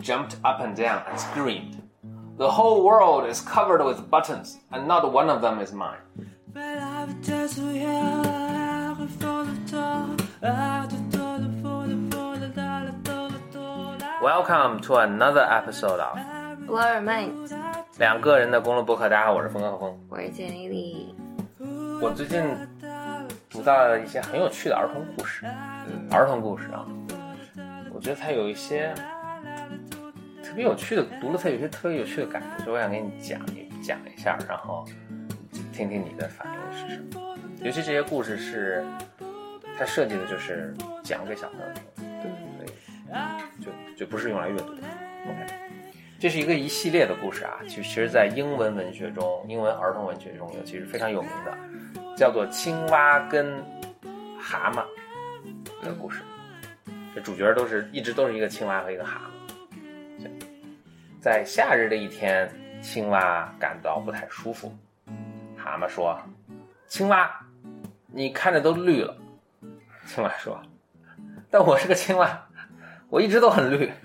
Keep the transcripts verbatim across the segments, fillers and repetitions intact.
jumped up and down and screamed, "The whole world is covered with buttons, and not one of them is mine." Welcome to another episode of Blur Mind， 两个人的公路博客。大家好，我是峰哥和峰， 我是简丽丽。 我最近读到了一些很有趣的儿童故事，嗯、儿童故事啊，我觉得它有一些特别有趣的，读了它有一些特别有趣的感觉，所以我想给你讲一讲一下，然后听听你的反应是什么。尤其这些故事是它设计的就是讲给小朋友听，对，所以就就不是用来阅读的。OK， 这是一个一系列的故事啊，其实在英文文学中，英文儿童文学中尤其是非常有名的，叫做青蛙跟蛤蟆的故事。这主角都是一直都是一个青蛙和一个蛤蟆。在夏日的一天，青蛙感到不太舒服。蛤蟆说：“青蛙，你看着都绿了。”青蛙说：“但我是个青蛙，我一直都很绿。”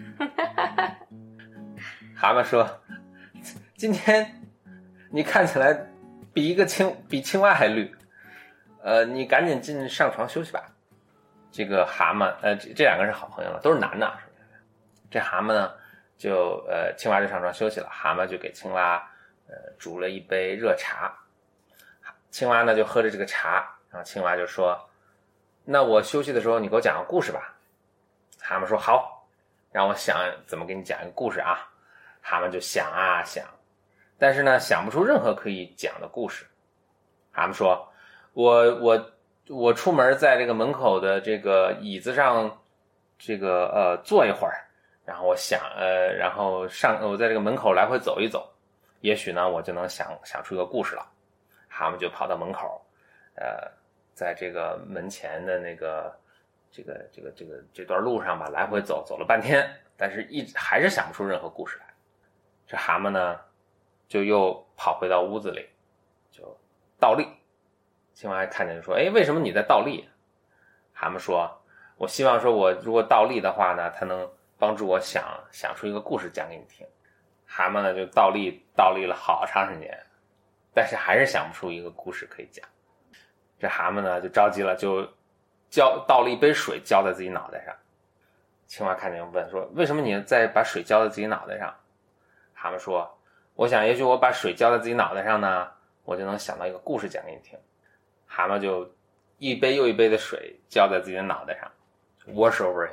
蛤蟆说：“今天你看起来比一个青比青蛙还绿，呃，你赶紧进上床休息吧。”这个蛤蟆，呃，这这两个人是好朋友了，都是男的。这蛤蟆呢，就呃，青蛙就上床休息了，蛤蟆就给青蛙呃煮了一杯热茶。青蛙呢就喝着这个茶，然后青蛙就说：“那我休息的时候，你给我讲个故事吧。”蛤蟆说：“好，让我想怎么给你讲一个故事啊。”蛤蟆就想啊想，但是呢想不出任何可以讲的故事。蛤蟆说：“我我我出门在这个门口的这个椅子上，这个呃坐一会儿，然后我想呃，然后上我在这个门口来回走一走，也许呢我就能想想出一个故事了。”蛤蟆就跑到门口，呃，在这个门前的那个这个这个这个这段路上吧，来回走走了半天，但是一直还是想不出任何故事来。这蛤蟆呢，就又跑回到屋子里，就倒立。青蛙看见就说：“哎，为什么你在倒立？”蛤蟆说：“我希望说我如果倒立的话呢，它能帮助我想想出一个故事讲给你听。”蛤蟆呢就倒立倒立了好长时间。但是还是想不出一个故事可以讲。这蛤蟆呢就着急了，就浇倒了一杯水浇在自己脑袋上。青蛙看见问说：“为什么你再把水浇在自己脑袋上？”蛤蟆说：“我想也许我把水浇在自己脑袋上呢，我就能想到一个故事讲给你听。”蛤蟆就一杯又一杯的水浇在自己的脑袋上 wash over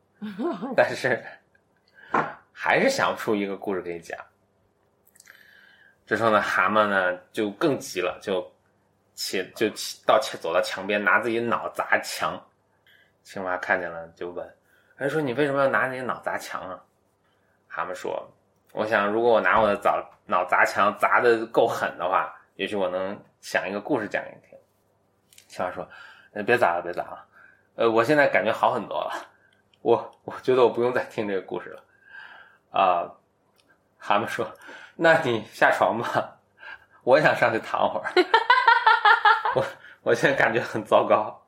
him 但是还是想不出一个故事可以讲。这时候呢，蛤蟆呢就更急了，就起就起到走到墙边，拿自己的脑砸墙。青蛙看见了，就问：“人说你为什么要拿你的脑砸墙啊？”蛤蟆说：“我想，如果我拿我的脑脑砸墙砸得够狠的话，也许我能想一个故事讲给你听。”青蛙说：“呃，别砸了，别砸了，呃，我现在感觉好很多了，我我觉得我不用再听这个故事了。”啊、呃，蛤蟆说：“那你下床吧，我想上去躺会儿。我我现在感觉很糟糕。”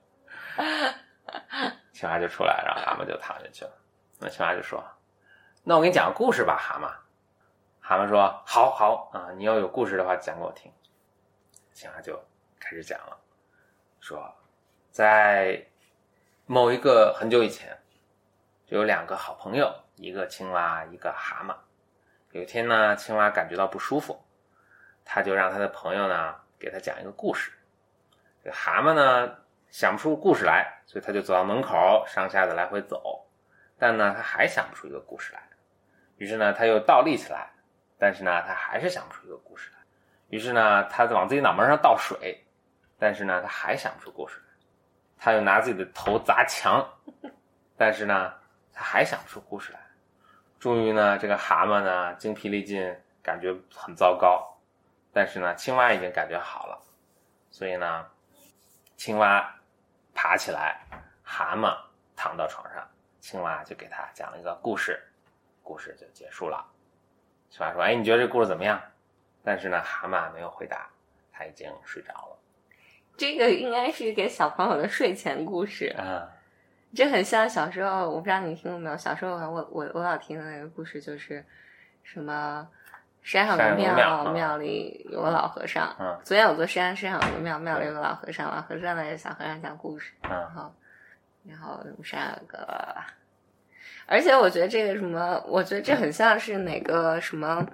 青蛙就出来，然后蛤蟆就躺下去了。那青蛙就说：“那我给你讲个故事吧，蛤蟆。”蛤蟆说：“好好啊，你要有故事的话讲给我听。”青蛙就开始讲了，说在某一个很久以前，就有两个好朋友，一个青蛙，一个蛤蟆。有一天呢，青蛙感觉到不舒服，他就让他的朋友呢给他讲一个故事。这个蛤蟆呢想不出故事来，所以他就走到门口，上下的来回走，但呢他还想不出一个故事来。于是呢他又倒立起来，但是呢他还是想不出一个故事来。于是呢他往自己脑门上倒水，但是呢他还想不出故事来。他又拿自己的头砸墙，但是呢他还想不出故事来。终于呢这个蛤蟆呢精疲力尽，感觉很糟糕，但是呢青蛙已经感觉好了，所以呢青蛙爬起来，蛤蟆躺到床上，青蛙就给他讲了一个故事，故事就结束了。青蛙说：“哎，你觉得这故事怎么样？”但是呢蛤蟆没有回答，他已经睡着了。 这个应该是给小朋友的睡前故事。 啊、 这很像小时候，我不知道你听过没有？小时候我我我老听的那个故事就是什么山上的庙， 庙庙里有个老和尚。 嗯， 昨天有座山，山上有个庙，庙里有个老和尚，老和尚呢小和尚讲故事， 嗯， 然后然后山上有个，而且我觉得这个什么，我觉得这很像是哪个什么。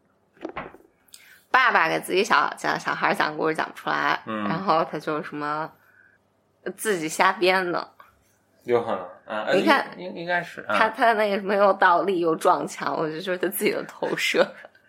爸爸给自己小讲小孩讲故事讲不出来， 嗯， 然后他就什么自己瞎编的， 有可能，嗯， 你看应应该是、嗯、 他他那个什么又倒立又撞墙，我觉得就是他自己的投射。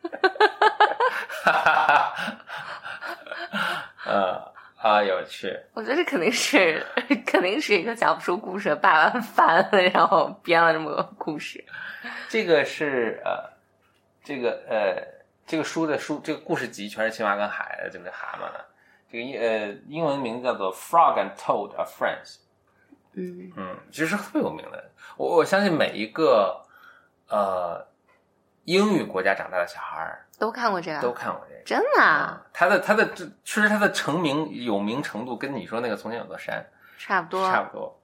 呃啊，有趣。 我觉得这肯定是肯定是一个讲不出故事的爸爸烦了，然后编了这么个故事。 这个是呃，这个呃。这个书的书，这个故事集全是青蛙跟海的这个蛤蟆的，这个呃英文名字叫做 Frog and Toad are Friends。 嗯嗯，其实特别有名的。我我相信每一个呃英语国家长大的小孩都看过这个， 都看过这个， 真的啊？ 嗯、他的他的确实他的成名有名程度跟你说那个从前有座山差不多， 差不多。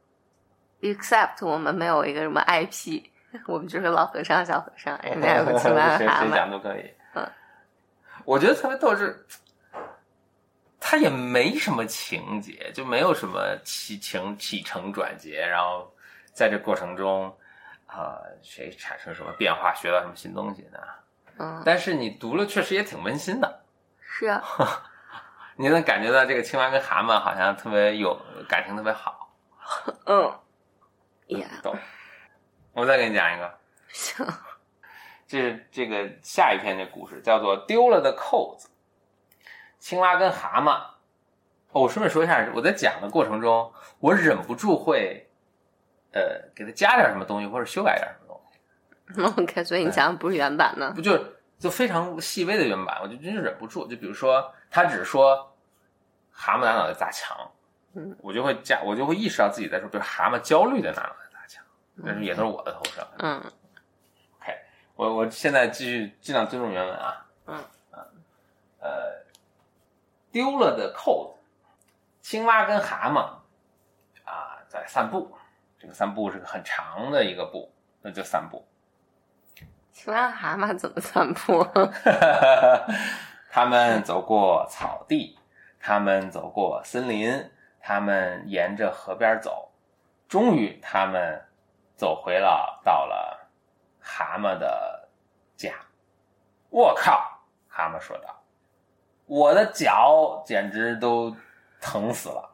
Except 我们没有一个什么 I P， 我们就是老和尚小和尚，人家有个青蛙和蛤蟆， 谁讲都可以。 嗯， 我觉得特别逗是，他也没什么情节，就没有什么起情起承转结，然后在这过程中，啊、呃，谁产生什么变化，学到什么新东西呢？ 嗯， 但是你读了确实也挺温馨的。 是啊， 你能感觉到这个青蛙跟蛤蟆好像特别有感情，特别好。 嗯，也、yeah. 逗。我再给你讲一个。 行。 这是这个下一篇这故事叫做丢了的扣子。青蛙跟蛤蟆，哦，我顺便说一下，我在讲的过程中，我忍不住会，呃，给它加点什么东西或者修改点什么东西。OK， 所以你讲的不是原版呢？ 不就就非常细微的原版，我就真是忍不住。就比如说，他只说蛤蟆拿脑袋砸墙， 嗯， 我就会加，我就会意识到自己在说，比如蛤蟆焦虑的拿脑袋砸墙，但是也都是我的投射。 嗯。 我我现在继续尽量尊重原文啊， 嗯啊，呃，丢了的扣子，青蛙跟蛤蟆啊在散步，这个散步是个很长的一个步，那就散步。 青蛙蛤蟆怎么散步？ 他们走过草地，他们走过森林，他们沿着河边走，终于他们走回了到了蛤蟆的家。我靠，蛤蟆说道，我的脚简直都疼死了。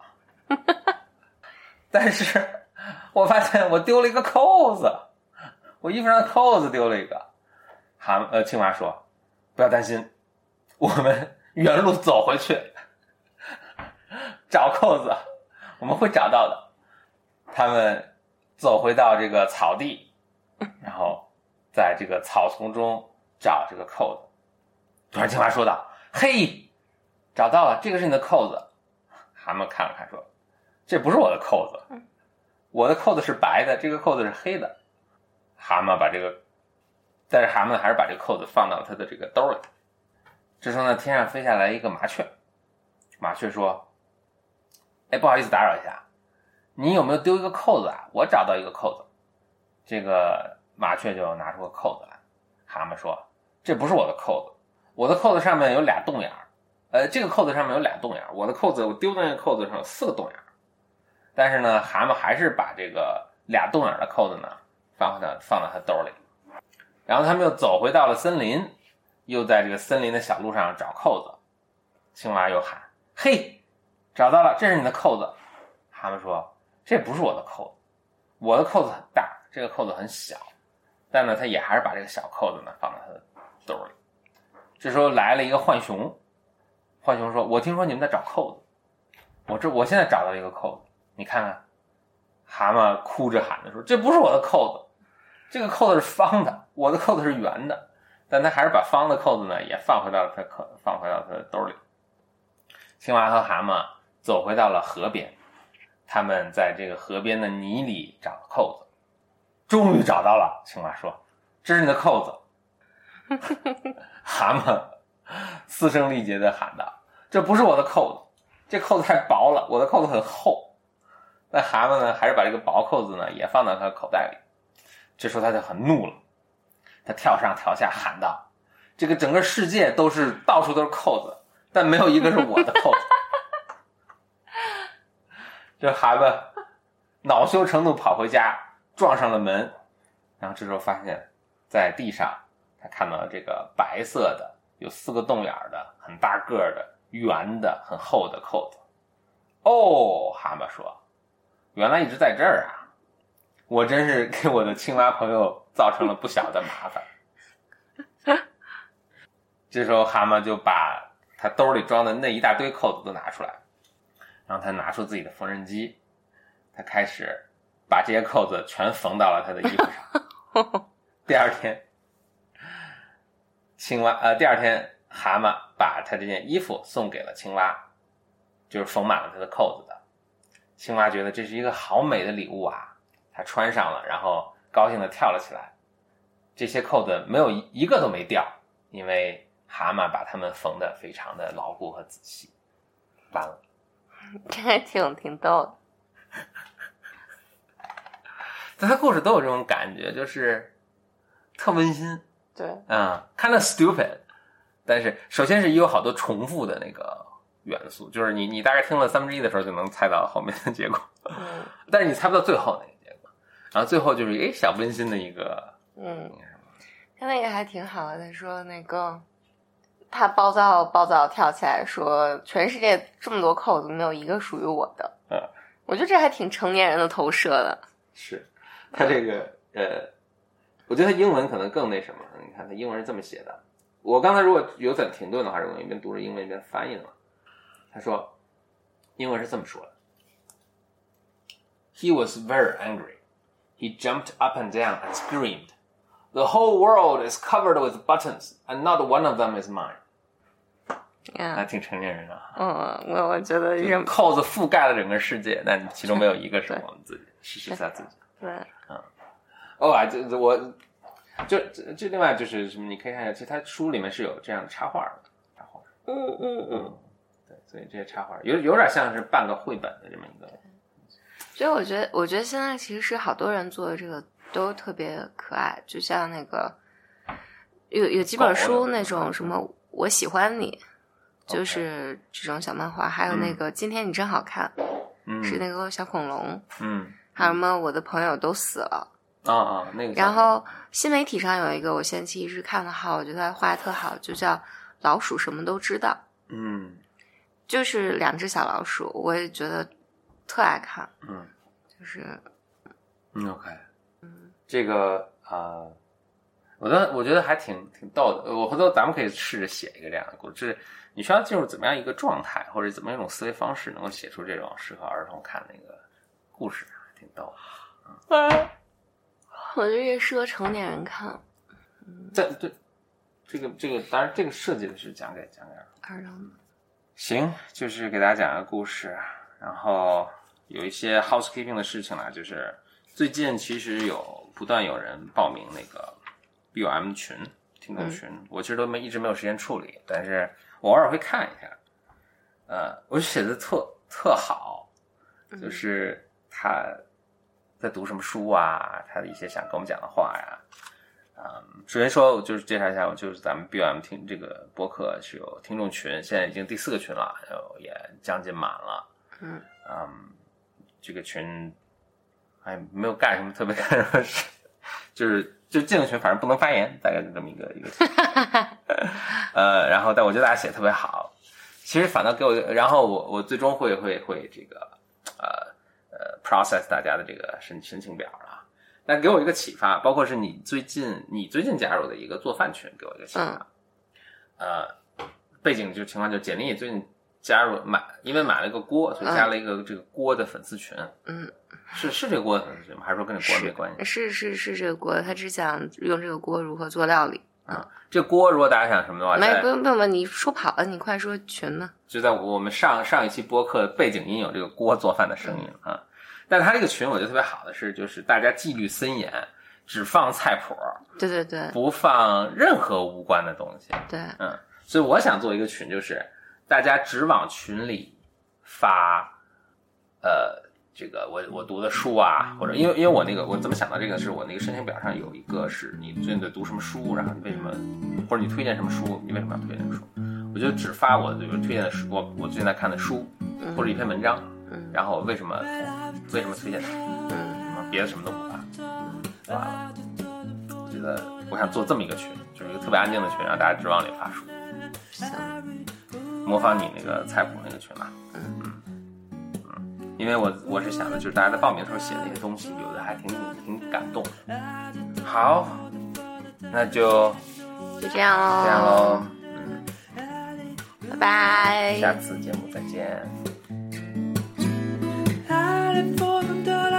但是我发现我丢了一个扣子，我衣服上的扣子丢了一个。蛤蟆呃青蛙说，不要担心，我们原路走回去找扣子，我们会找到的。他们走回到这个草地，然后在这个草丛中找这个扣子。突然青蛙说道，嘿，找到了，这个是你的扣子。蛤蟆看了看说，这不是我的扣子，我的扣子是白的，这个扣子是黑的。蛤蟆把这个，但是蛤蟆还是把这个扣子放到了他的这个兜里。这时候呢，天上飞下来一个麻雀，麻雀说，哎，不好意思打扰一下，你有没有丢一个扣子啊？我找到一个扣子。这个麻雀就拿出个扣子来，蛤蟆说，这不是我的扣子，我的扣子上面有俩洞眼儿，呃，这个扣子上面有俩洞眼儿，我的扣子我丢的那个扣子上有四个洞眼儿。但是呢，蛤蟆还是把这个俩洞眼的扣子呢放回到放到他兜里。然后他们又走回到了森林，又在这个森林的小路上找扣子。青蛙又喊，嘿，找到了，这是你的扣子。蛤蟆说，这不是我的扣子，我的扣子很大，这个扣子很小。但呢，他也还是把这个小扣子呢放到他的兜里。这时候来了一个浣熊，浣熊说，我听说你们在找扣子，我这我现在找到一个扣子，你看看。蛤蟆哭着喊着说，这不是我的扣子，这个扣子是方的，我的扣子是圆的。但他还是把方的扣子呢也放回到了他扣放回到他的兜里。青蛙和蛤蟆走回到了河边，他们在这个河边的泥里找扣子，终于找到了。青蛙说，这是你的扣子。蛤蟆嘶声力竭地喊道，这不是我的扣子，这扣子太薄了，我的扣子很厚。 那蛤蟆呢，还是把这个薄扣子呢也放到他口袋里。这时候他就很怒了，他跳上跳下喊道：“这个整个世界都是到处都是扣子，但没有一个是我的扣子。”这蛤蟆恼羞成怒跑回家，撞上了门，然后这时候发现在地上他看到了这个白色的有四个洞眼的很大个的圆的很厚的扣子。哦，蛤蟆说，原来一直在这儿啊，我真是给我的青蛙朋友造成了不小的麻烦。这时候蛤蟆就把他兜里装的那一大堆扣子都拿出来，然后他拿出自己的缝纫机，他开始把这些扣子全缝到了他的衣服上。第二天青蛙呃，第二天蛤蟆把他这件衣服送给了青蛙，就是缝满了他的扣子的。青蛙觉得这是一个好美的礼物啊，他穿上了，然后高兴地跳了起来。这些扣子没有一个都没掉，因为蛤蟆把它们缝得非常的牢固和仔细。完了， 这还挺挺逗的。 他故事都有这种感觉，就是特温馨。 对， 嗯 kind of stupid， 但是首先是有好多重复的那个元素，就是你你大概听了三分之一的时候就能猜到后面的结果， 嗯， 但是你猜不到最后那个结果，然后最后就是诶小温馨的一个， 嗯，他那个还挺好的。他说那个他暴躁暴躁跳起来说，全世界这么多扣子，没有一个属于我的。 嗯， 我觉得这还挺成年人的投射的。 是，他这个呃，我觉得他英文可能更那什么。你看他英文是这么写的，我刚才如果有点停顿的话，我一边读着英文一边翻译了。他说，英文是这么说的 ：He was very angry. He jumped up and down and screamed, "The whole world is covered with buttons, and not one of them is mine." 呀、 还挺成年人的。 嗯，我我觉得就扣子覆盖了整个世界，但其中没有一个是我们自己，是是他自己。 对， 嗯，哦啊，这这我，就这这另外就是什么？你可以看一下，其实他书里面是有这样的插画的，插画。 嗯嗯嗯， 对，所以这些插画有有点像是半个绘本的这么一个。 所以我觉得，我觉得现在其实是好多人做的这个都特别可爱，就像那个有有几本书那种什么我喜欢你，就是这种小漫画，还有那个今天你真好看， 嗯， 是那个小恐龙， 嗯， 还有什么我的朋友都死了。 啊啊，那个。 然后新媒体上有一个我现在其实看的号，我觉得他画的特好，就叫老鼠什么都知道。 嗯， 就是两只小老鼠，我也觉得特爱看。 嗯， 就是嗯 OK， 嗯，这个呃，我觉得我觉得还挺挺逗的。我回头咱们可以试着写一个这样的故事，就是你需要进入怎么样一个状态，或者怎么样一种思维方式，能够写出这种适合儿童看的一个故事，挺逗的。 嗯，我觉得也适合成年人看。 嗯，这对这个这个，当然这个设计的是讲给讲给儿童。 行，就是给大家讲个故事，然后有一些 housekeeping 的事情啦，就是最近其实有不断有人报名那个 B O M 群听众群、嗯、我其实都没一直没有时间处理，但是我偶尔会看一下。呃，我写的特特好，就是他在读什么书啊，他的一些想跟我们讲的话呀。嗯，首先说就是介绍一下，就是咱们 B O M 听这个播客是有听众群，现在已经第四个群了，也将近满了。 嗯嗯，这个群哎没有干什么特别干什么事，就是就进了群反正不能发言，大概是这么一个一个群。呃，然后但我觉得大家写得特别好，其实反倒给我，然后我我最终会会会这个呃呃 process 大家的这个申申请表了。但给我一个启发，包括是你最近你最近加入的一个做饭群，给我一个启发。嗯、呃，背景就情况就简历也最近加入买，因为买了一个锅，所以加了一个这个锅的粉丝群。嗯，是是这个锅的粉丝群吗？还是说跟这锅没关系？ 是是是这个锅，他只想用这个锅如何做料理。 啊、嗯，这个锅如果大家想什么的话， 没不用不用，你说跑了，你快说群呢。 就在我们上上一期播客背景音有这个锅做饭的声音啊。嗯，但他这个群我觉得特别好的是，就是大家纪律森严，只放菜谱， 对对对， 不放任何无关的东西。 对， 嗯，所以我想做一个群，就是大家只往群里发，呃， 这个我我读的书啊，或者因为因为我那个我怎么想到这个，是我那个申请表上有一个是你最近在读什么书，然后你为什么，或者你推荐什么书，你为什么要推荐这个书？我就只发我这个推荐的书，我我最近在看的书或者一篇文章，然后为什么为什么推荐它，什么别的什么都不发，完了，觉得我想做这么一个群，就是一个特别安静的群，让大家只往里发书， 行， 模仿你那个菜谱那个群嘛，嗯。因为我我是想的，就是大家在报名的时候写那些东西，有的还挺挺感动的。好，那就就这样喽， 这样喽， 嗯，拜拜， 下次节目再见。